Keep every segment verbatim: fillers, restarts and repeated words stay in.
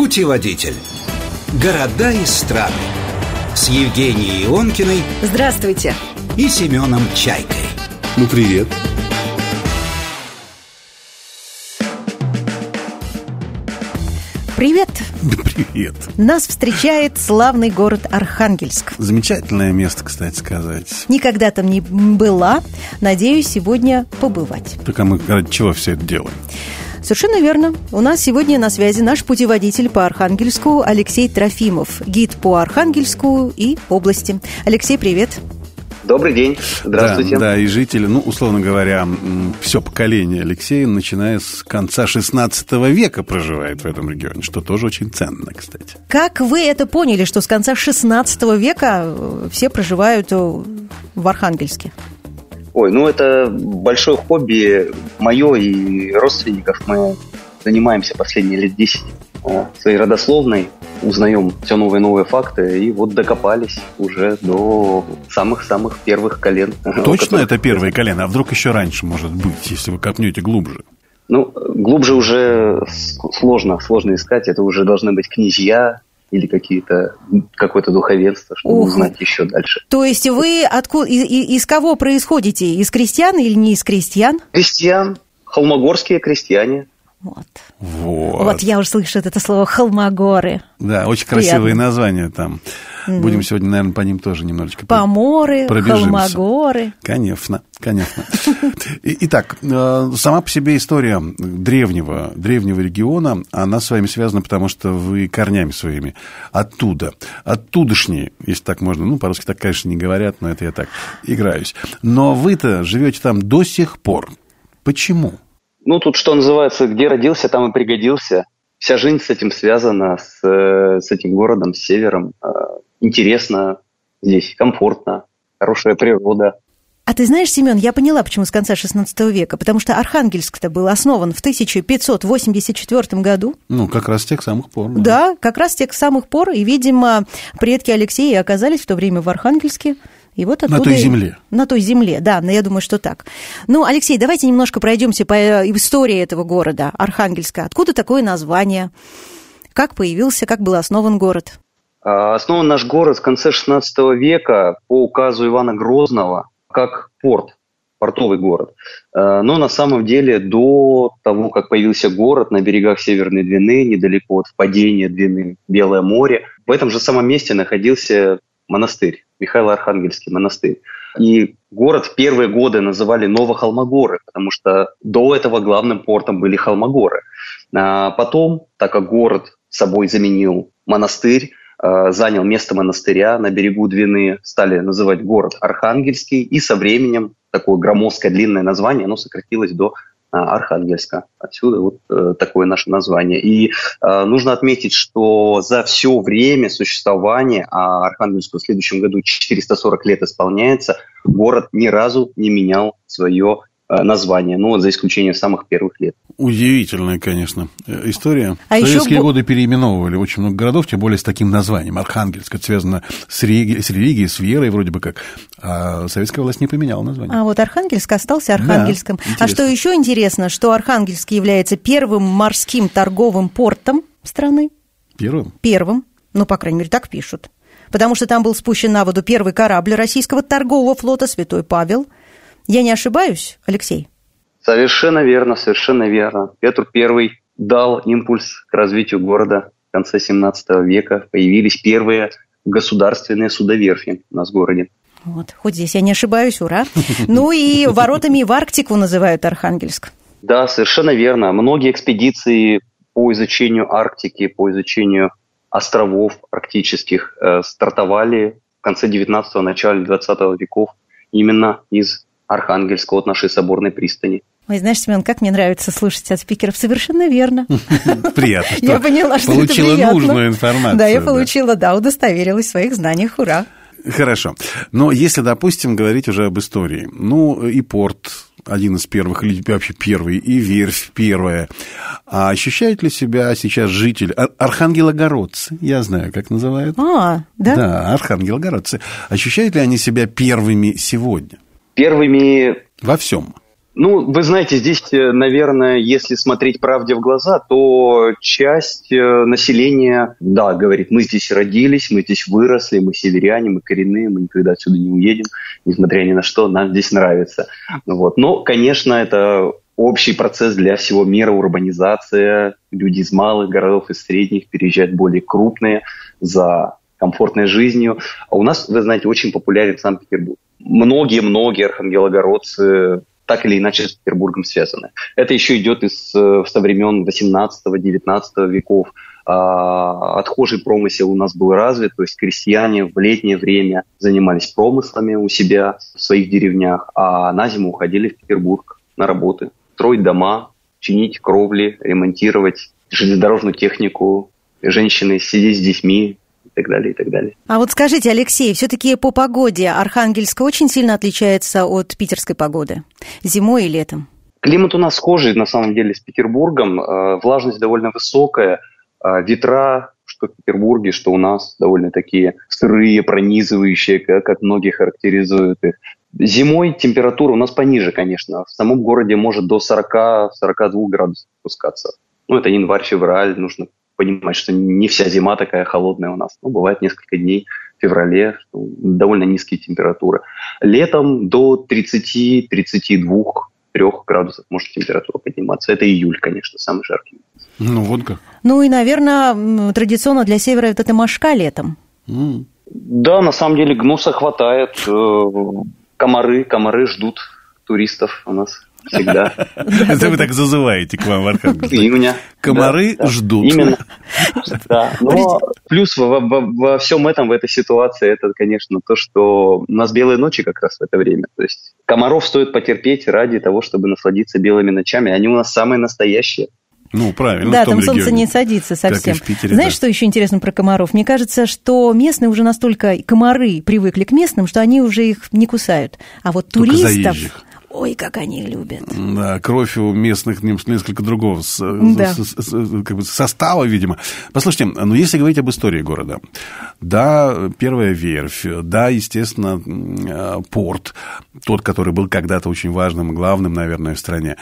Путеводитель. Города и страны. С Евгенией Ионкиной. Здравствуйте. И Семеном Чайкой. Ну, привет. Привет. Привет. Нас встречает славный город Архангельск. Замечательное место, кстати сказать. Никогда там не была. Надеюсь, сегодня побывать. Так а мы ради чего все это делаем? Совершенно верно. У нас сегодня на связи наш путеводитель по Архангельску Алексей Трофимов, гид по Архангельску и области. Алексей, привет. Добрый день, здравствуйте. Да, да, и жители, ну, условно говоря, все поколение Алексея, начиная с конца шестнадцатого века, проживает в этом регионе, что тоже очень ценно, кстати. Как вы это поняли, что с конца шестнадцатого века все проживают в Архангельске? Ой, ну это большое хобби мое и родственников. Мы занимаемся последние лет десять своей родословной, узнаем все новые и новые факты, и вот докопались уже до самых-самых первых колен. Точно которых... это первые колено? А вдруг еще раньше может быть, если вы копнете глубже? Ну, глубже уже сложно, сложно искать. Это уже должны быть князья или какие-то, какое-то духовенство, чтобы Ух. узнать еще дальше. То есть вы откуда, из, из кого происходите? Из крестьян или не из крестьян? Крестьян, холмогорские крестьяне. Вот. Вот. Вот я уже слышу это слово «холмогоры». Да, очень красивые Приятно. названия там. Mm-hmm. Будем сегодня, наверное, по ним тоже немножечко Поморы, пробежимся. Холмогоры. Конечно, конечно. Итак, сама по себе история древнего, древнего региона, она с вами связана, потому что вы корнями своими оттуда, оттудышние, если так можно, ну, по-русски так, конечно, не говорят, но это я так играюсь. Но вы-то живете там до сих пор. Почему? Ну, тут, что называется, где родился, там и пригодился. Вся жизнь с этим связана, с, с этим городом, с севером. Интересно здесь, комфортно, хорошая природа. А ты знаешь, Семен, я поняла, почему с конца шестнадцатого века. Потому что Архангельск-то был основан в тысяча пятьсот восемьдесят четвёртом году. Ну, как раз с тех самых пор. Да, да как раз с тех самых пор. И, видимо, предки Алексея оказались в то время в Архангельске. И вот оттуда... На той земле. На той земле, да, я думаю, что так. Ну, Алексей, давайте немножко пройдемся по истории этого города, Архангельска. Откуда такое название? Как появился, как был основан город? Основан наш город в конце шестнадцатого века по указу Ивана Грозного как порт, портовый город. Но на самом деле до того, как появился город на берегах Северной Двины, недалеко от впадения Двины в Белое море, в этом же самом месте находился монастырь, Михайло-Архангельский монастырь. И город в первые годы называли Новохолмогоры, потому что до этого главным портом были Холмогоры. А потом, так как город собой заменил монастырь, занял место монастыря на берегу Двины, стали называть город Архангельский, и со временем такое громоздкое длинное название, оно сократилось до Архангельска. Отсюда вот э, такое наше название. И э, нужно отметить, что за все время существования, а Архангельску в следующем году четыреста сорок лет исполняется, город ни разу не менял свое э, название, ну, за исключением самых первых лет. Удивительная, конечно, история. А в советские еще... годы переименовывали очень много городов, тем более с таким названием. Архангельск, это связано с религией, с религией, с верой вроде бы как. А советская власть не поменяла название. А вот Архангельск остался Архангельском. Да, а что еще интересно, что Архангельск является первым морским торговым портом страны. Первым? Первым. Ну, по крайней мере, так пишут. Потому что там был спущен на воду первый корабль российского торгового флота «Святой Павел». Я не ошибаюсь, Алексей? Совершенно верно, совершенно верно. Петр Первый дал импульс к развитию города в конце семнадцатого века. Появились первые государственные судоверфи у нас в городе. Вот, хоть здесь я не ошибаюсь, ура. Ну и воротами в Арктику называют Архангельск. Да, совершенно верно. Многие экспедиции по изучению Арктики, по изучению островов арктических э, стартовали в конце девятнадцатого, начале двадцатого веков именно из Архангельска, от нашей соборной пристани. Ой, знаешь, Семен, как мне нравится слушать от спикеров. Совершенно верно. Приятно, что я поняла, что получила это приятно. Нужную информацию. Да, я получила, да, удостоверилась в своих знаниях, ура. Хорошо. Но если, допустим, говорить уже об истории, ну, и порт один из первых, или вообще первый, и верфь первая. А ощущают ли себя сейчас жители, архангелогородцы, я знаю, как называют? А, да? Да, архангелогородцы. Ощущают ли они себя первыми сегодня? Первыми... Во всем. Ну, вы знаете, здесь, наверное, если смотреть правде в глаза, то часть населения, да, говорит, мы здесь родились, мы здесь выросли, мы северяне, мы коренные, мы никогда отсюда не уедем, несмотря ни на что, нам здесь нравится. Вот. Но, конечно, это общий процесс для всего мира, урбанизация. Люди из малых городов и средних переезжают в более крупные за комфортной жизнью. А у нас, вы знаете, очень популярен Санкт-Петербург. Многие-многие архангелогородцы так или иначе с Петербургом связаны. Это еще идет из, со времен восемнадцатого-девятнадцатого веков. А, отхожий промысел у нас был развит, то есть крестьяне в летнее время занимались промыслами у себя в своих деревнях, а на зиму уходили в Петербург на работы, строить дома, чинить кровли, ремонтировать железнодорожную технику, женщины сидеть с детьми, и так далее, и так далее. А вот скажите, Алексей, все-таки по погоде Архангельск очень сильно отличается от питерской погоды? Зимой и летом? Климат у нас схожий, на самом деле, с Петербургом. Влажность довольно высокая. Ветра, что в Петербурге, что у нас, довольно такие сырые, пронизывающие, как многие характеризуют их. Зимой температура у нас пониже, конечно. В самом городе может до сорок-сорок два градусов спускаться. Ну, это январь-февраль, нужно понимать, что не вся зима такая холодная у нас. Ну, бывает несколько дней в феврале, что довольно низкие температуры. Летом до тридцати-тридцати двух трёх градусов может температура подниматься. Это июль, конечно, самый жаркий. Ну, вот как. Ну и, наверное, традиционно для севера вот это мошка летом. Mm. Да, на самом деле гнуса хватает. Комары, комары ждут туристов у нас. Всегда. Это вы так зазываете к вам в Архангельск. Именно. Комары да, ждут. Именно. Да. Но плюс во, во, во всем этом, в этой ситуации, это, конечно, то, что у нас белые ночи как раз в это время. То есть комаров стоит потерпеть ради того, чтобы насладиться белыми ночами. Они у нас самые настоящие. Ну, правильно. Да, там солнце не садится совсем. Питере, Знаешь, да. что еще интересно про комаров? Мне кажется, что местные уже настолько, комары привыкли к местным, что они уже их не кусают. А вот только туристов... заезжих. Ой, как они любят. Да, кровь у местных несколько другого с, да. с, с, как бы состава, видимо. Послушайте, ну если говорить об истории города, да, первая верфь, да, естественно, порт, тот, который был когда-то очень важным и главным, наверное, в стране.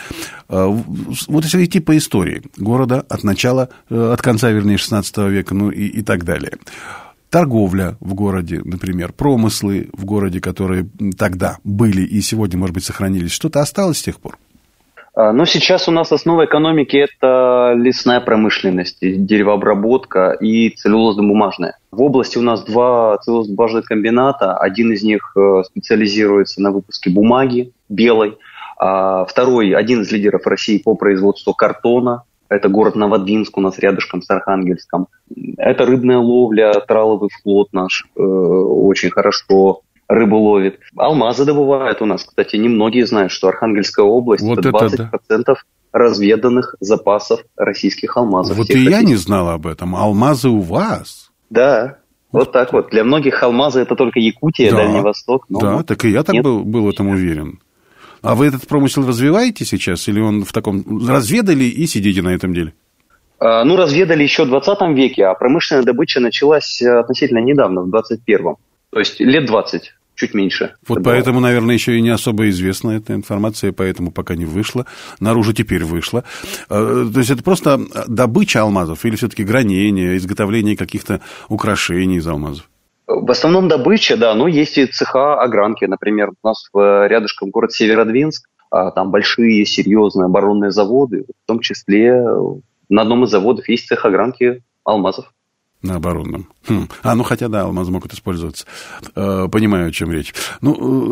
Вот если идти по истории города от начала, от конца, вернее, шестнадцатого века, ну и, и так далее. Торговля в городе, например, промыслы в городе, которые тогда были и сегодня, может быть, сохранились. Что-то осталось с тех пор? Но сейчас у нас основа экономики – это лесная промышленность, деревообработка и целлюлозно-бумажная. В области у нас два целлюлозно-бумажных комбината. Один из них специализируется на выпуске бумаги белой, а второй – один из лидеров России по производству картона. Это город Новодвинск у нас рядышком с Архангельском. Это рыбная ловля, траловый флот наш э, очень хорошо рыбу ловит. Алмазы добывают у нас. Кстати, немногие знают, что Архангельская область вот – это двадцать процентов да. разведанных запасов российских алмазов. Вот и я не знал об этом. Алмазы у вас? Да. Вот, вот так вот. Для многих алмазы – это только Якутия, да. Дальний Восток. Но да, так и я так был, был в этом уверен. А вы этот промысел развиваете сейчас? Или он в таком... Разведали и сидите на этом деле? А, ну, разведали еще в двадцатом веке, а промышленная добыча началась относительно недавно, в двадцать первом. То есть лет двадцать, чуть меньше. Вот поэтому, наверное, еще и не особо известна эта информация, поэтому пока не вышла. Наружу теперь вышла. То есть это просто добыча алмазов или все-таки гранение, изготовление каких-то украшений из алмазов? В основном добыча, да, но есть и цеха огранки. Например, у нас рядышком город Северодвинск, там большие серьезные оборонные заводы, в том числе на одном из заводов есть цех огранки алмазов. На оборонном. Хм. А, ну хотя да, алмазы могут использоваться. Э, понимаю, о чем речь. Ну,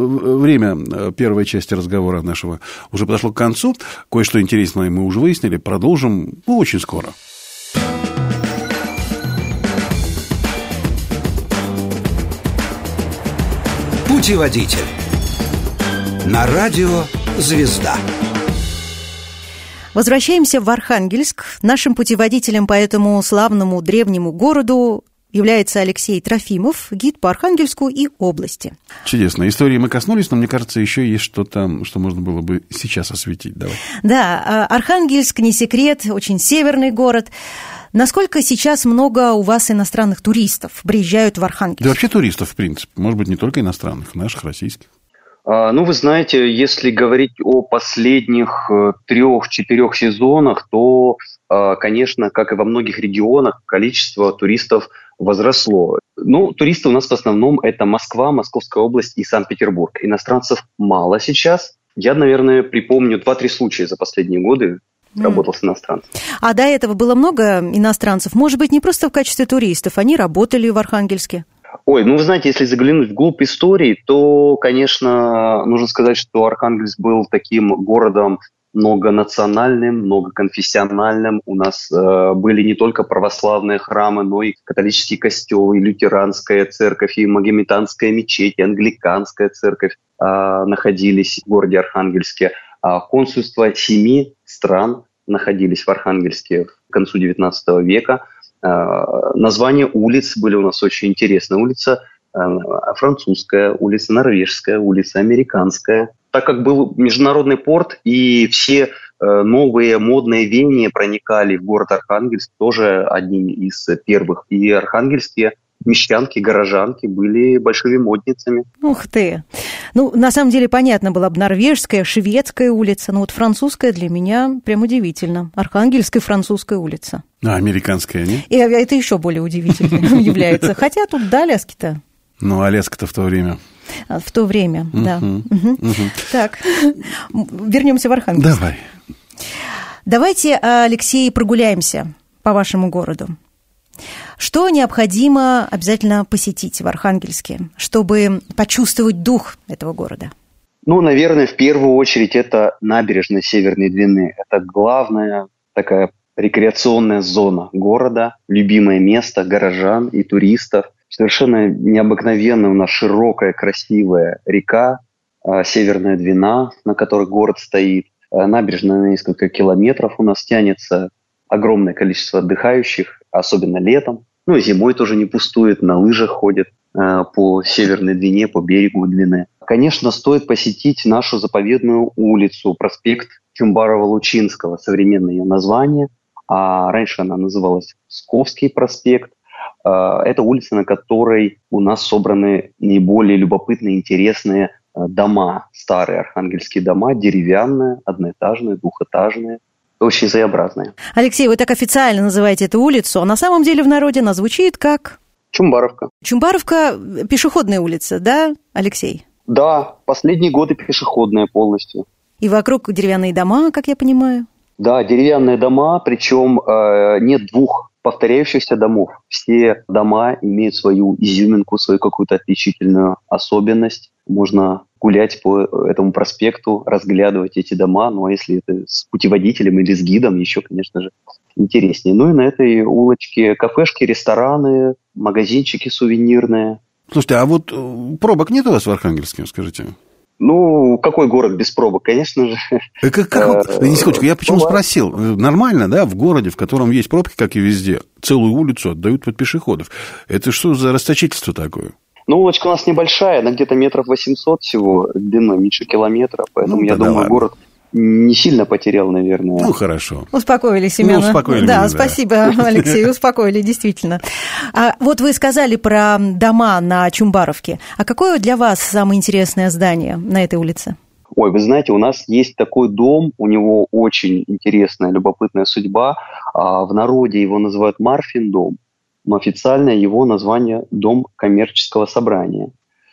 время первой части разговора нашего уже подошло к концу. Кое-что интересное мы уже выяснили. Продолжим ну, очень скоро. Путеводитель. На радио «Звезда». Возвращаемся в Архангельск. Нашим путеводителем по этому славному древнему городу является Алексей Трофимов, гид по Архангельску и области. Чудесно. Истории мы коснулись, но мне кажется, еще есть что-то, что можно было бы сейчас осветить. Давай. Да, Архангельск, не секрет, очень северный город. Насколько сейчас много у вас иностранных туристов приезжают в Архангельск? Да вообще туристов, в принципе. Может быть, не только иностранных, наших, российских. Ну, вы знаете, если говорить о последних трех-четырех сезонах, то, конечно, как и во многих регионах, количество туристов возросло. Ну, туристы у нас в основном это Москва, Московская область и Санкт-Петербург. Иностранцев мало сейчас. Я, наверное, припомню два-три случая за последние годы. Работал с иностранцами. А до этого было много иностранцев? Может быть, не просто в качестве туристов, они работали в Архангельске? Ой, ну вы знаете, если заглянуть вглубь истории, то, конечно, нужно сказать, что Архангельск был таким городом многонациональным, многоконфессиональным. У нас э, были не только православные храмы, но и католические костелы, и лютеранская церковь, и магометанская мечеть, и англиканская церковь э, находились в городе Архангельске. А консульства семи стран находились в Архангельске к концу девятнадцатого века. Названия улиц были у нас очень интересные. Улица французская, улица норвежская, улица американская. Так как был международный порт и все новые модные веяния проникали в город Архангельск, тоже одними из первых. И архангельские мещанки, горожанки были большими модницами. Ух ты! Ну, на самом деле, понятно была бы норвежская, шведская улица, но вот французская для меня прям удивительно. Архангельская французская улица. А американская, не? И это еще более удивительно является. Хотя тут да, Аляски-то. Ну, Аляска-то в то время. В то время, да. Так, вернемся в Архангельск. Давай. Давайте, Алексей, прогуляемся по вашему городу. Что необходимо обязательно посетить в Архангельске, чтобы почувствовать дух этого города? Ну, наверное, в первую очередь это набережная Северной Двины. Это главная такая рекреационная зона города, любимое место горожан и туристов. Совершенно необыкновенная у нас широкая, красивая река, Северная Двина, на которой город стоит. Набережная на несколько километров у нас тянется. Огромное количество отдыхающих, особенно летом. Ну и зимой тоже не пустует, на лыжах ходят э, по Северной Двине, по берегу Двины. Конечно, стоит посетить нашу заповедную улицу, проспект Чумбарова-Лучинского, современное ее название. А раньше она называлась Псковский проспект. Э, это улица, на которой у нас собраны наиболее любопытные, интересные э, дома. Старые архангельские дома, деревянные, одноэтажные, двухэтажные. Очень своеобразные. Алексей, вы так официально называете эту улицу, а на самом деле в народе она звучит как... Чумбаровка. Чумбаровка – пешеходная улица, да, Алексей? Да, последние годы пешеходная полностью. И вокруг деревянные дома, как я понимаю? Да, деревянные дома, причем э, нет двух повторяющихся домов. Все дома имеют свою изюминку, свою какую-то отличительную особенность. Можно гулять по этому проспекту, разглядывать эти дома. Ну, а если это с путеводителем или с гидом, еще, конечно же, интереснее. Ну, и на этой улочке кафешки, рестораны, магазинчики сувенирные. Слушайте, а вот пробок нет у вас в Архангельске, скажите? Ну, какой город без пробок, конечно же. Как, как, не секундочку, я почему спросил. Нормально, да, в городе, в котором есть пробки, как и везде, целую улицу отдают под пешеходов. Это что за расточительство такое? Ну, улочка у нас небольшая, она где-то метров восемьсот всего, длиной меньше километра, поэтому, ну, я думаю, ладно. Город не сильно потерял, наверное. Ну, хорошо. Успокоили Семена. Ну, успокоили да, меня, спасибо, да. Алексей, успокоили, действительно. А вот вы сказали про дома на Чумбаровке. А какое для вас самое интересное здание на этой улице? Ой, вы знаете, у нас есть такой дом, у него очень интересная, любопытная судьба. В народе его называют Марфин дом. Но официально его название «Дом коммерческого собрания».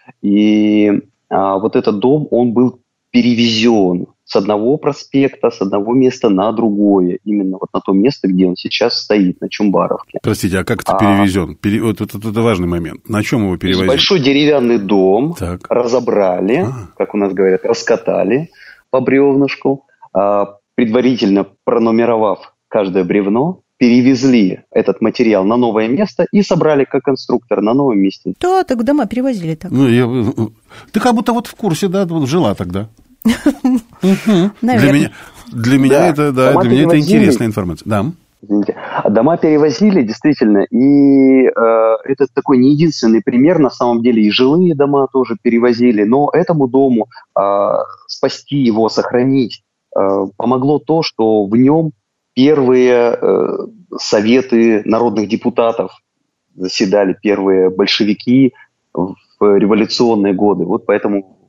И а, вот этот дом, он был перевезен с одного проспекта, с одного места на другое. Именно вот на то место, где он сейчас стоит, на Чумбаровке. Простите, а как это перевезен? Пере... Вот это, это важный момент. На чем его перевозили? Большой деревянный дом так. разобрали, а. как у нас говорят, раскатали по бревнышку, а, предварительно пронумеровав каждое бревно, перевезли этот материал на новое место и собрали как конструктор на новом месте. Да, так дома перевозили так. Ну, я... Ты как будто вот в курсе, да, вот жила тогда. Для меня, для меня это, да, для меня это интересная информация. Да. Извините. Дома перевозили, действительно, и э, это такой не единственный пример, на самом деле и жилые дома тоже перевозили, но этому дому э, спасти его, сохранить э, помогло то, что в нем первые э, советы народных депутатов заседали, первые большевики в революционные годы. Вот поэтому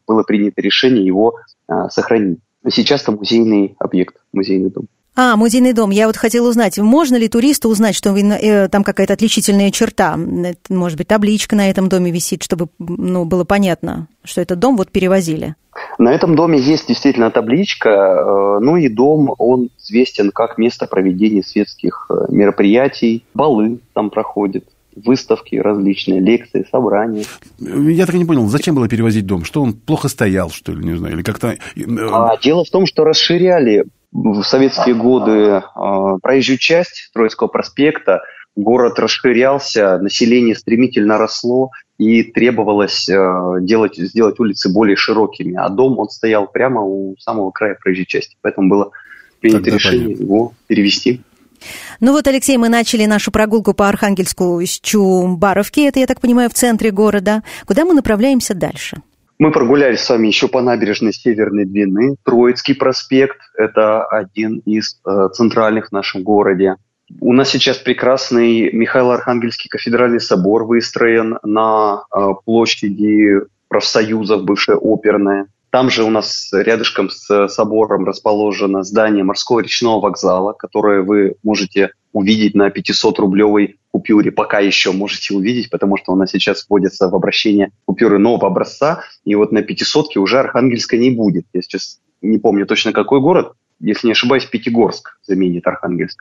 было принято решение его а, сохранить. Сейчас это музейный объект, музейный дом. А, музейный дом. Я вот хотела узнать, можно ли туристу узнать, что э, там какая-то отличительная черта? Может быть, табличка на этом доме висит, чтобы ну, было понятно, что этот дом вот перевозили? На этом доме есть действительно табличка. Ну и дом, он известен как место проведения светских мероприятий. Балы там проходят, выставки различные, лекции, собрания. Я так и не понял, зачем было перевозить дом? Что он плохо стоял, что ли, не знаю, или как-то... А, дело в том, что расширяли в советские годы э, проезжую часть Троицкого проспекта, город расширялся, население стремительно росло, и требовалось э, делать, сделать улицы более широкими. А дом, он стоял прямо у самого края проезжей части, поэтому было принято Тогда решение понятно. Его перевести. Ну вот, Алексей, мы начали нашу прогулку по Архангельску с Чубаровки, это, я так понимаю, в центре города. Куда мы направляемся дальше? Мы прогулялись с вами еще по набережной Северной Двины. Троицкий проспект – это один из э, центральных в нашем городе. У нас сейчас прекрасный Михаило-Архангельский кафедральный собор выстроен на э, площади профсоюзов, бывшая оперная. Там же у нас рядышком с собором расположено здание морского речного вокзала, которое вы можете увидеть на пятисотрублевой купюре. Пока еще можете увидеть, потому что у нас сейчас вводятся в обращение купюры нового образца. И вот на пятисотке уже Архангельска не будет. Я сейчас не помню точно какой город. Если не ошибаюсь, Пятигорск заменит Архангельск.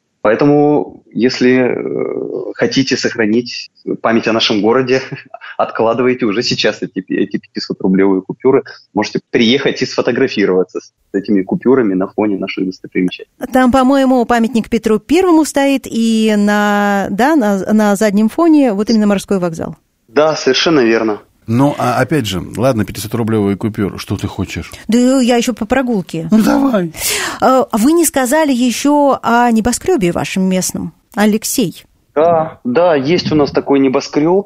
Поэтому, если э, хотите сохранить память о нашем городе, откладывайте уже сейчас эти, эти пятисотрублевые купюры. Можете приехать и сфотографироваться с этими купюрами на фоне наших достопримечательностей. Там, по-моему, памятник Петру Первому стоит, и на, да, на, на заднем фоне вот именно морской вокзал. Да, совершенно верно. Ну, а опять же, ладно, пятисотрублевые купюры, что ты хочешь? Да я еще по прогулке. Ну, давай. Вы не сказали еще о небоскребе вашем местном, Алексей. Да, да, есть у нас такой небоскреб.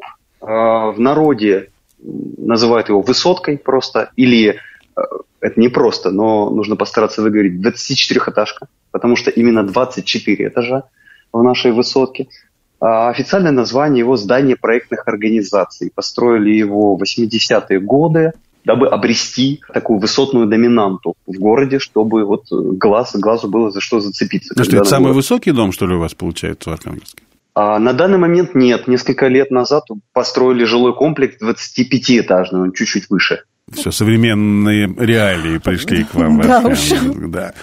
В народе называют его высоткой просто, или это не просто, но нужно постараться выговорить, двадцатичетырёхэтажка, потому что именно двадцать четыре этажа в нашей высотке. А официальное название его здание проектных организаций. Построили его в восьмидесятые годы, дабы обрести такую высотную доминанту в городе, чтобы вот глаз, глазу было за что зацепиться. Ну что, это самый высокий дом, что ли, у вас получается в Архангельске? А на данный момент нет. Несколько лет назад построили жилой комплекс двадцатипятиэтажный, он чуть-чуть выше. Все, современные реалии пришли к вам. Да уж. Да.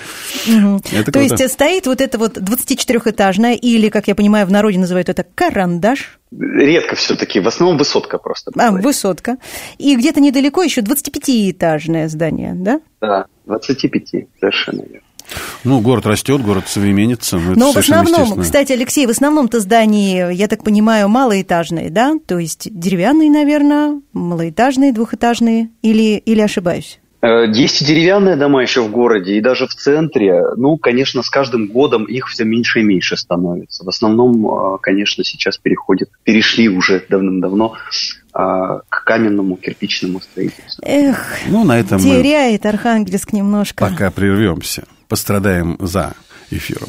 То есть стоит вот это вот двадцатичетырёхэтажное, или, как я понимаю, в народе называют это карандаш. Редко все-таки, в основном высотка просто. А, высотка. И где-то недалеко еще двадцатипятиэтажное здание, да? Да, двадцать пять, совершенно верно. Ну, город растет, город современнится. Но в основном, кстати, Алексей, в основном-то здания, я так понимаю, малоэтажные, да? То есть деревянные, наверное, малоэтажные, двухэтажные, или, или ошибаюсь? Есть и деревянные дома еще в городе, и даже в центре. Ну, конечно, с каждым годом их все меньше и меньше становится. В основном, конечно, сейчас переходят, перешли уже давным-давно к каменному, кирпичному строительству. Эх, ну, на этом теряет Архангельск немножко. Пока прервемся, пострадаем за эфиром.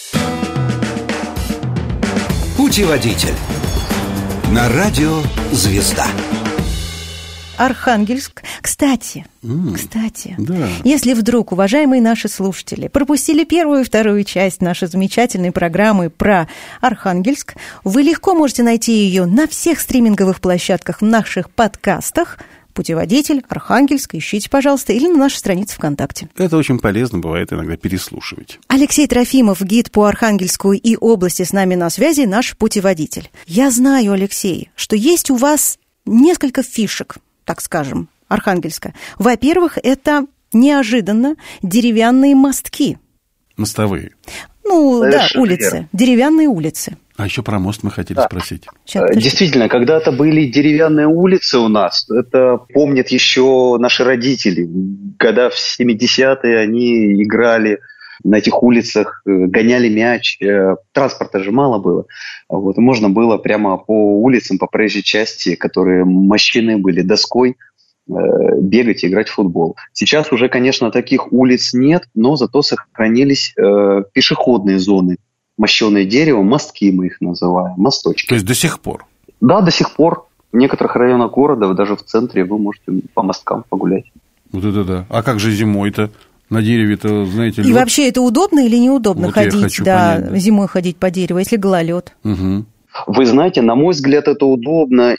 Путеводитель на радио «Звезда». Архангельск. Кстати, mm, кстати, да. Если вдруг, уважаемые наши слушатели, пропустили первую и вторую часть нашей замечательной программы про Архангельск, вы легко можете найти ее на всех стриминговых площадках, в наших подкастах. Путеводитель, Архангельск, ищите, пожалуйста, или на нашей странице ВКонтакте. Это очень полезно, бывает иногда переслушивать. Алексей Трофимов, гид по Архангельску и области, с нами на связи, наш путеводитель. Я знаю, Алексей, что есть у вас несколько фишек, так скажем, Архангельска. Во-первых, это неожиданно деревянные мостки. Мостовые. Совершенно Ну, да, улицы, верно. Деревянные улицы. А еще про мост мы хотели да. спросить. Сейчас, Действительно, когда-то были деревянные улицы у нас. Это помнят еще наши родители. Когда в семидесятые они играли на этих улицах, гоняли мяч. Транспорта же мало было. Вот, можно было прямо по улицам, по проезжей части, которые мощены были доской, бегать и играть в футбол. Сейчас уже, конечно, таких улиц нет, но зато сохранились э, пешеходные зоны, мощеные деревом, мостки мы их называем, мосточки. То есть до сих пор? Да, до сих пор. В некоторых районах города, даже в центре, вы можете по мосткам погулять. Вот это да. А как же зимой-то? На дереве-то, знаете ли... И вообще это удобно или неудобно вот ходить, да, понять, да, зимой ходить по дереву, если гололед? Угу. Вы знаете, на мой взгляд, это удобно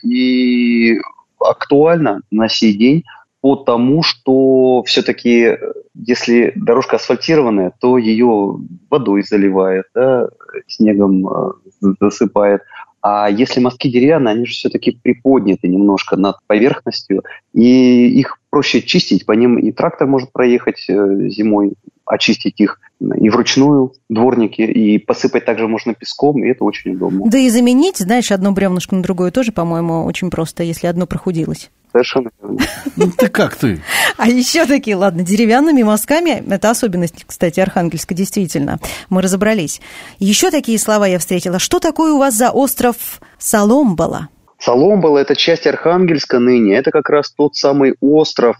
и актуально на сей день, потому что все-таки, если дорожка асфальтированная, то ее водой заливает, да, снегом засыпает. А если мостки деревянные, они же все-таки приподняты немножко над поверхностью, и их проще чистить, по ним и трактор может проехать зимой, очистить их и вручную дворники, и посыпать также можно песком, и это очень удобно. Да и заменить, знаешь, одно бревнышко на другое тоже, по-моему, очень просто, если одно прохудилось. Совершенно верно. Ну ты как ты? А еще такие, ладно, деревянными мостками, это особенность, кстати, Архангельска, действительно, мы разобрались. Еще такие слова я встретила. Что такое у вас за остров Соломбала? Соломбала – это часть Архангельска ныне. Это как раз тот самый остров,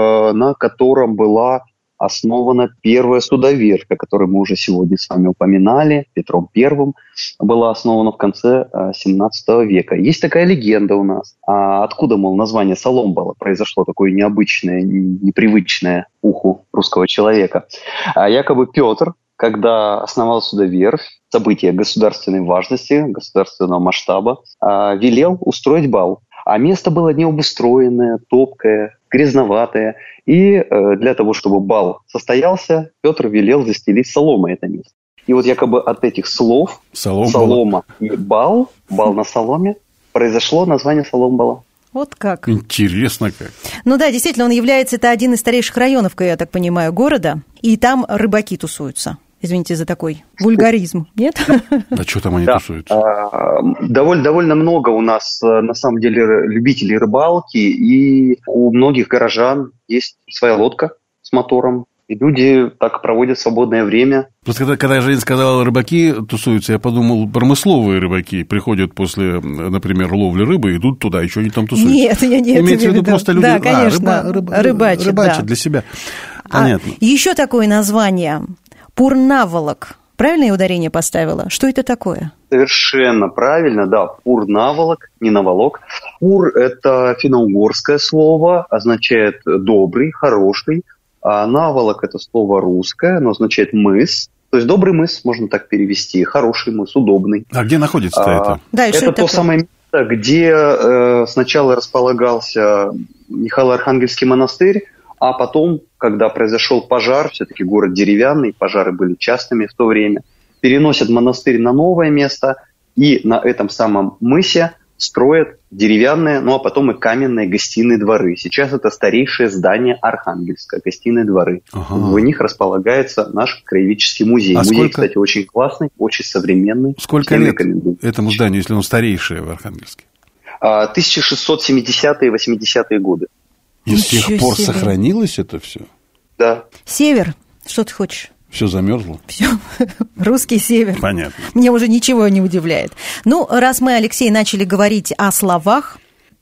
на котором была основана первая судоверфь, о которой мы уже сегодня с вами упоминали, Петром Первым, была основана в конце семнадцатого века. Есть такая легенда у нас. А откуда, мол, название Соломбала произошло такое необычное, непривычное уху русского человека? А якобы Петр, когда основал судоверфь, событие государственной важности, государственного масштаба, велел устроить бал. А место было необустроенное, топкое, грязноватое. И э, для того, чтобы бал состоялся, Петр велел застелить соломой это место. И вот якобы от этих слов Соломбала. солома и бал, бал на соломе, произошло название Соломбала. Вот как. Интересно как. Ну да, действительно, он является, это один из старейших районов, я так понимаю, города, и там рыбаки тусуются. Извините за такой вульгаризм, нет? Да что там они да. тусуются? Довольно, довольно много у нас, на самом деле, любителей рыбалки, и у многих горожан есть своя лодка с мотором, и люди так проводят свободное время. Просто когда, когда Женя сказала, рыбаки тусуются, я подумал, промысловые рыбаки приходят после, например, ловли рыбы, идут туда, еще они там тусуются. Нет, я не имеется в виду просто люди, да, конечно, а, рыба, рыба, рыбачат, рыбачат да. для себя. Понятно. А еще такое название – Пурнаволок. Правильно я ударение поставила? Что это такое? Совершенно правильно, да. Пурнаволок, не наволок. Пур – это финно-угорское слово, означает добрый, хороший. А наволок – это слово русское, оно означает мыс. То есть добрый мыс, можно так перевести, хороший мыс, удобный. А где находится-то а, это? Да, и это что это то такое? самое место, где э, сначала располагался Михайло-Архангельский монастырь, а потом, когда произошел пожар, все-таки город деревянный, пожары были частыми в то время, переносят монастырь на новое место и на этом самом мысе строят деревянные, ну а потом и каменные гостиные дворы. Сейчас это старейшее здание Архангельска, гостиные дворы. Ага. В них располагается наш краеведческий музей. А музей, сколько... кстати, очень классный, очень современный. Сколько лет этому зданию, если оно старейшее в Архангельске? тысяча шестьсот семидесятые и восьмидесятые годы. И с тех пор себе. Сохранилось это все? Да. Север, что ты хочешь? Все замерзло? Все. Русский север. Понятно. Мне уже ничего не удивляет. Ну, раз мы, Алексей, начали говорить о словах,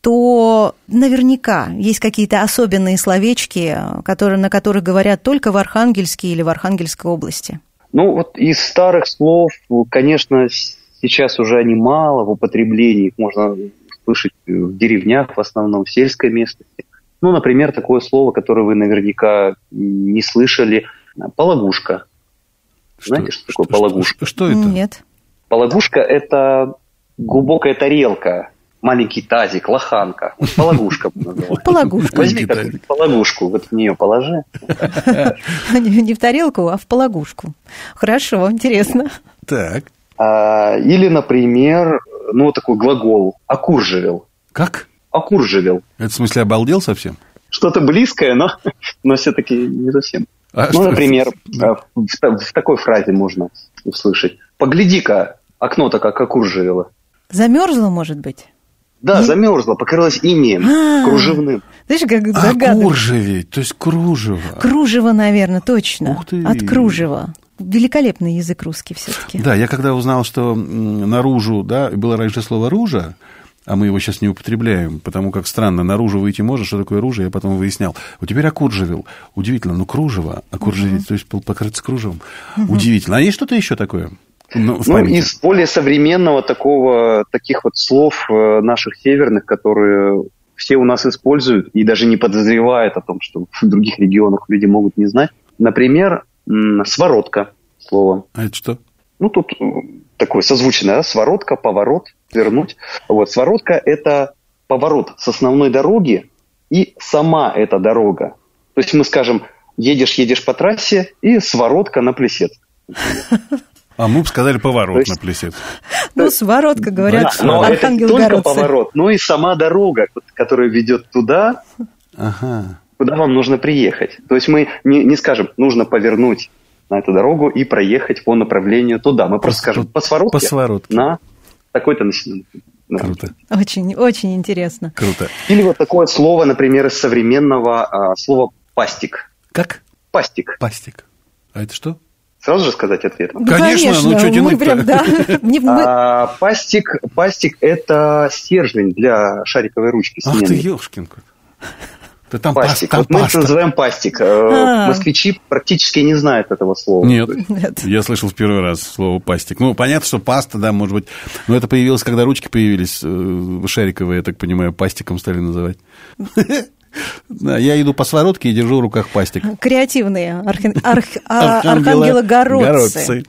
то наверняка есть какие-то особенные словечки, которые, на которых говорят только в Архангельске или в Архангельской области. Ну, вот из старых слов, конечно, сейчас уже они мало в употреблении. Их можно слышать в деревнях, в основном в сельской местности. Ну, например, такое слово, которое вы наверняка не слышали, палагушка. Знаете, что, что такое что, палагушка? Что, что это? Нет. Палагушка – это глубокая тарелка, маленький тазик, лоханка. Палагушка называется. Палагушка. Возьми какую-то палагушку, вот в нее положи. Не в тарелку, а в палагушку. Хорошо, интересно. Так. Или, например, ну, такой глагол «окуржевел». Как? Окуржевел. Это в смысле обалдел совсем? Что-то близкое, но, но все-таки не совсем. А ну, например, да. в, в такой фразе можно услышать. Погляди-ка, окно-то как окуржевело. Замерзло, может быть? Да, Не... замерзло, покрылось инеем, А-а-а. кружевным. Знаешь, как догадываюсь. Окуржеветь, то есть кружево. Кружево, наверное, точно. От кружева. Великолепный язык русский все-таки. Да, я когда узнал, что наружу, да, было раньше слово «ружа», а мы его сейчас не употребляем, потому как странно, наружу выйти можно, что такое ружье, я потом выяснял. Вот теперь окуржевел. Удивительно, ну кружево, окуржеветь, uh-huh. то есть покрыться кружевом. Uh-huh. Удивительно. А есть что-то еще такое? Ну, ну из более современного такого, таких вот слов наших северных, которые все у нас используют и даже не подозревают о том, что в других регионах люди могут не знать. Например, своротка слово. А это что? Ну, тут такое созвучное, да? Своротка, поворот, вернуть. Вот, своротка – это поворот с основной дороги и сама эта дорога. То есть мы скажем, едешь-едешь по трассе и своротка на Плесецк. А мы бы сказали поворот есть, на Плесецк. Ну, своротка, говорят, да, но это не только поворот, но и сама дорога, которая ведет туда, ага. куда вам нужно приехать. То есть мы не, не скажем, нужно повернуть на эту дорогу и проехать по направлению туда. Мы просто по, скажем, по своротке, по своротке. На такой-то населенный пункт. Круто. Очень, очень интересно. Круто. Или вот такое слово, например, из современного а, слова «пастик». Как? Пастик. Пастик. А это что? Сразу же сказать ответ? Ну, конечно, ну что тянуть-то? Да. а, пастик, пастик – это стержень для шариковой ручки. Ах ты, ёшкин кот. Да там пастик. Там вот мы это называем пастик. А-а-а. Москвичи практически не знают этого слова. Нет, Нет, я слышал в первый раз слово пастик. Ну, понятно, что паста, да, может быть. Но это появилось, когда ручки появились шариковые, я так понимаю, пастиком стали называть. Да, я иду по своротке и держу в руках пастик. Креативные архи... арх... архангелогородцы.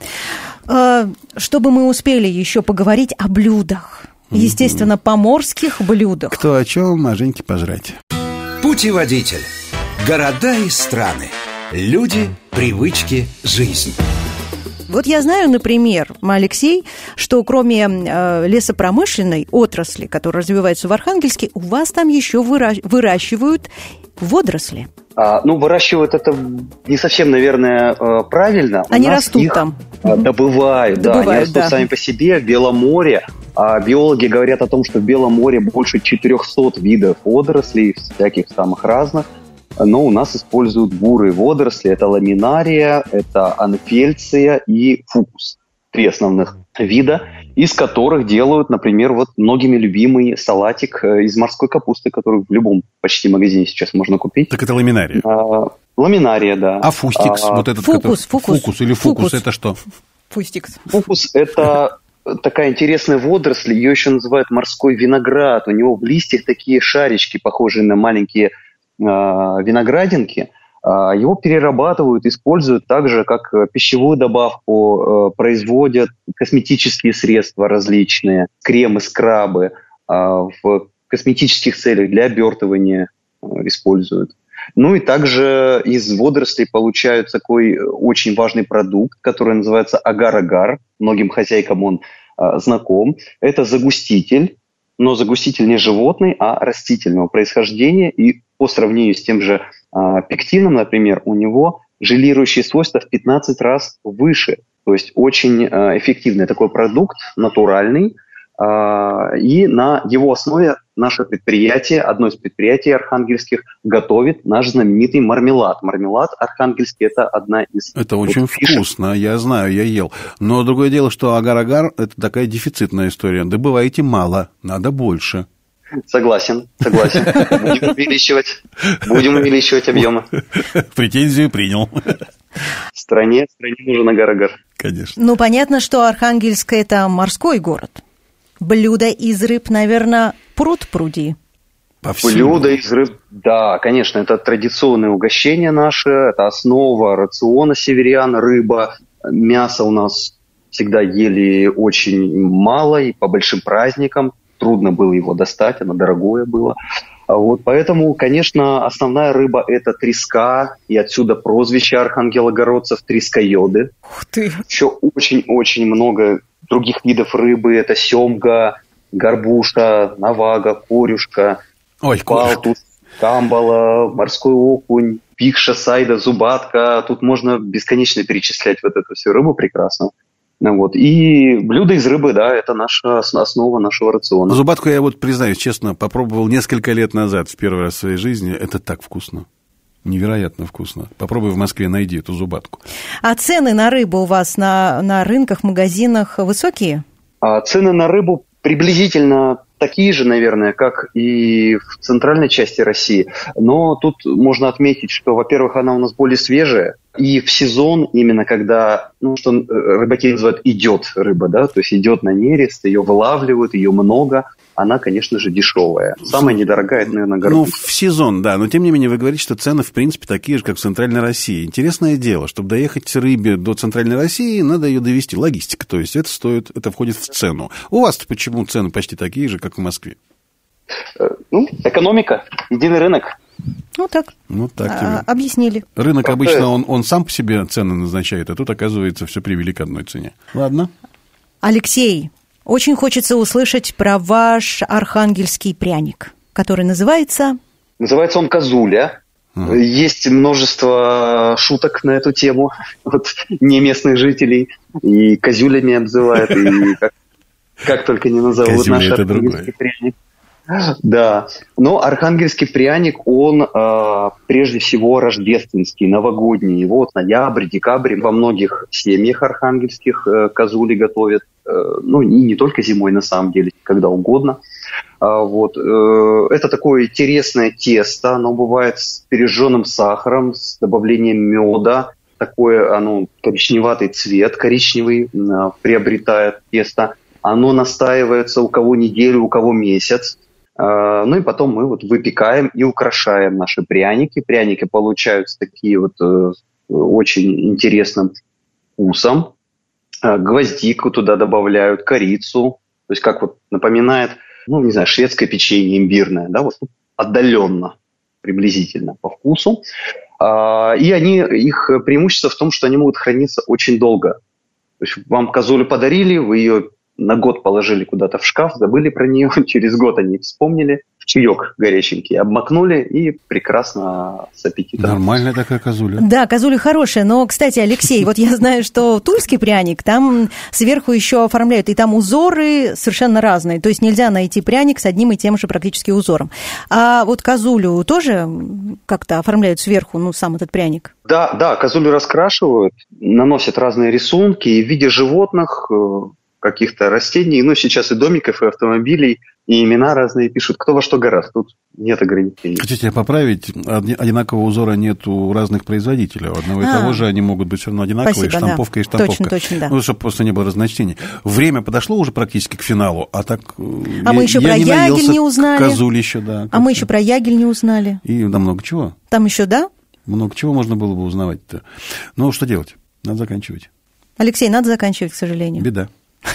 Чтобы мы успели еще поговорить о блюдах. Естественно, поморских блюдах. Кто о чем, а Женьке пожрать. Путеводитель. Города и страны. Люди, привычки, жизнь. Вот я знаю, например, Алексей, что кроме э, лесопромышленной отрасли, которая развивается в Архангельске, у вас там еще выра- выращивают водоросли. А, ну, выращивают это не совсем, наверное, правильно. Они растут их там. Добывают, да. Добывают, они растут да. сами по себе в Белом море. А биологи говорят о том, что в Белом море больше четырехсот видов водорослей, всяких самых разных. Но у нас используют бурые водоросли. Это ламинария, это анфельция и фукус. Три основных вида, из которых делают, например, вот многими любимый салатик из морской капусты, который в любом почти магазине сейчас можно купить. Так это ламинария? А, ламинария, да. А фустикс? А, вот этот, фукус, фукус. Фукус или фукус, фукус. Это что? Фустикс. Фукус – это такая интересная водоросль, ее еще называют морской виноград. У него в листьях такие шарички, похожие на маленькие виноградинки, его перерабатывают, используют так же, как пищевую добавку, производят косметические средства различные, кремы, скрабы в косметических целях для обертывания используют. Ну и также из водорослей получают такой очень важный продукт, который называется агар-агар. Многим хозяйкам он знаком. Это загуститель, но загуститель не животный, а растительного происхождения. И по сравнению с тем же а, пектином, например, у него желирующие свойства в пятнадцать раз выше. То есть очень а, эффективный такой продукт, натуральный. А, и на его основе наше предприятие, одно из предприятий архангельских, готовит наш знаменитый мармелад. Мармелад архангельский – это одна из... Это очень вот вкусно, я знаю, я ел. Но другое дело, что агар-агар – это такая дефицитная история. Добываете мало, надо больше. Согласен, согласен. Будем увеличивать, будем увеличивать объемы. Претензию принял. В стране, в стране нужен агар-агар. Конечно. Ну, понятно, что Архангельск – это морской город. Блюда из рыб, наверное, пруд-пруди. Блюда из рыб, да, конечно, это традиционное угощение наше, это основа рациона северян, рыба. Мясо у нас всегда ели очень мало и по большим праздникам. Трудно было его достать, оно дорогое было. Вот, поэтому, конечно, основная рыба – это треска, и отсюда прозвище архангелогородцев – трескоеды. Ух ты! Еще очень-очень много других видов рыбы – это семга, горбуша, навага, корюшка, Ой, палтус, камбала, морской окунь, пикша, сайда, зубатка. Тут можно бесконечно перечислять вот эту всю рыбу прекрасно. Вот. И блюда из рыбы, да, это наша основа нашего рациона. Зубатку я вот, признаюсь честно, попробовал несколько лет назад, в первый раз в своей жизни. Это так вкусно. Невероятно вкусно. Попробуй в Москве, найди эту зубатку. А цены на рыбу у вас на, на рынках, магазинах высокие? А цены на рыбу приблизительно такие же, наверное, как и в центральной части России. Но тут можно отметить, что, во-первых, она у нас более свежая. И в сезон, именно когда, ну, что рыбаки называют «идет рыба», да, то есть идет на нерест, ее вылавливают, ее много, она, конечно же, дешевая. Самая недорогая, это, наверное, горбуша. Ну, в сезон, да, но тем не менее вы говорите, что цены, в принципе, такие же, как в центральной России. Интересное дело, чтобы доехать рыбе до центральной России, надо ее довести. Логистика, то есть это стоит, это входит в цену. У вас-то почему цены почти такие же, как в Москве? Ну, экономика, единый рынок. Ну, так, ну, так а, объяснили. Рынок обычно, он, он сам по себе цены назначает, а тут, оказывается, все привели к одной цене. Ладно. Алексей, очень хочется услышать про ваш архангельский пряник, который называется... Называется он «Козуля». Uh-huh. Есть множество шуток на эту тему от неместных жителей. И козюлями обзывают, и как, как только не назовут наш архангельский пряник. Да, но архангельский пряник, он э, прежде всего рождественский, новогодний. Его вот ноябрь, декабрь во многих семьях архангельских э, козули готовят. Э, ну, и не только зимой, на самом деле, когда угодно. А, вот, э, это такое интересное тесто, оно бывает с пережженным сахаром, с добавлением меда. Такое оно коричневатый цвет, коричневый э, приобретает тесто. Оно настаивается у кого неделю, у кого месяц. Ну и потом мы вот выпекаем и украшаем наши пряники. Пряники получаются такие вот э, очень интересным вкусом. Гвоздику туда добавляют, корицу. То есть как вот напоминает, ну не знаю, шведское печенье имбирное, да, вот отдаленно, приблизительно по вкусу. И они, их преимущество в том, что они могут храниться очень долго. То есть вам козулю подарили, вы ее на год положили куда-то в шкаф, забыли про нее, через год они вспомнили, в чаек горяченький обмакнули и прекрасно с аппетитом. Нормальная такая козуля. Да, козуля хорошая, но, кстати, Алексей, вот я знаю, что тульский пряник, там сверху еще оформляют, и там узоры совершенно разные, то есть нельзя найти пряник с одним и тем же практически узором. А вот козулю тоже как-то оформляют сверху, ну, сам этот пряник? Да, да, козулю раскрашивают, наносят разные рисунки и в виде животных, каких-то растений, ну, сейчас и домиков, и автомобилей, и имена разные пишут, кто во что гораст, тут нет ограничений. Хотите поправить, одинакового узора нет у разных производителей, у одного и а, того же они могут быть все равно одинаковые, спасибо, штамповка да. и штамповка. Точно, точно, да. Ну, чтобы просто не было разночтений. Время подошло уже практически к финалу, а так... А я, мы еще про не ягель не узнали. Козуль еще, да. А мы еще про ягель не узнали. И да, много чего. Там еще, да? Много чего можно было бы узнавать-то. Ну, что делать? Надо заканчивать. Алексей, надо заканчивать, к сожалению. Беда.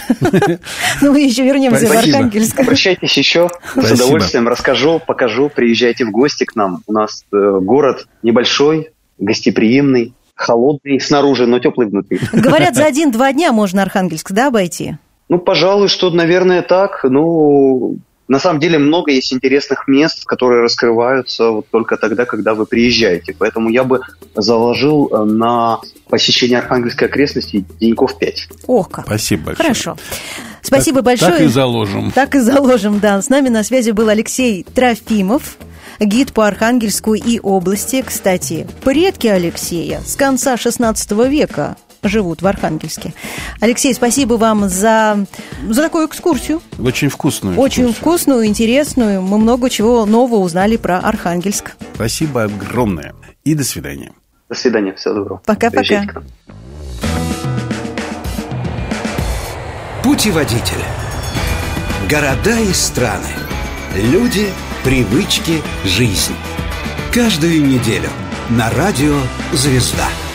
Ну, мы еще вернемся в Архангельск. Обращайтесь еще, с удовольствием расскажу, покажу, приезжайте в гости к нам. У нас город небольшой, гостеприимный, холодный снаружи, но теплый внутри. Говорят, за один-два дня можно Архангельск, да, обойти? Ну, пожалуй, что, наверное, так. Ну, на самом деле много есть интересных мест, которые раскрываются вот только тогда, когда вы приезжаете. Поэтому я бы заложил на посещение Архангельской окрестности деньков пять. Ох как. Спасибо большое. Хорошо. Спасибо так, большое. Так и заложим. Так и заложим, да. С нами на связи был Алексей Трофимов, гид по Архангельску и области. Кстати, предки Алексея с конца шестнадцатого века живут в Архангельске. Алексей, спасибо вам за, за такую экскурсию. Очень вкусную. Очень экскурсию. вкусную, интересную. Мы много чего нового узнали про Архангельск. Спасибо огромное. И до свидания. До свидания. Всего доброго. Пока-пока. Путеводитель. Города и страны. Люди, привычки, жизнь. Каждую неделю на радио «Звезда».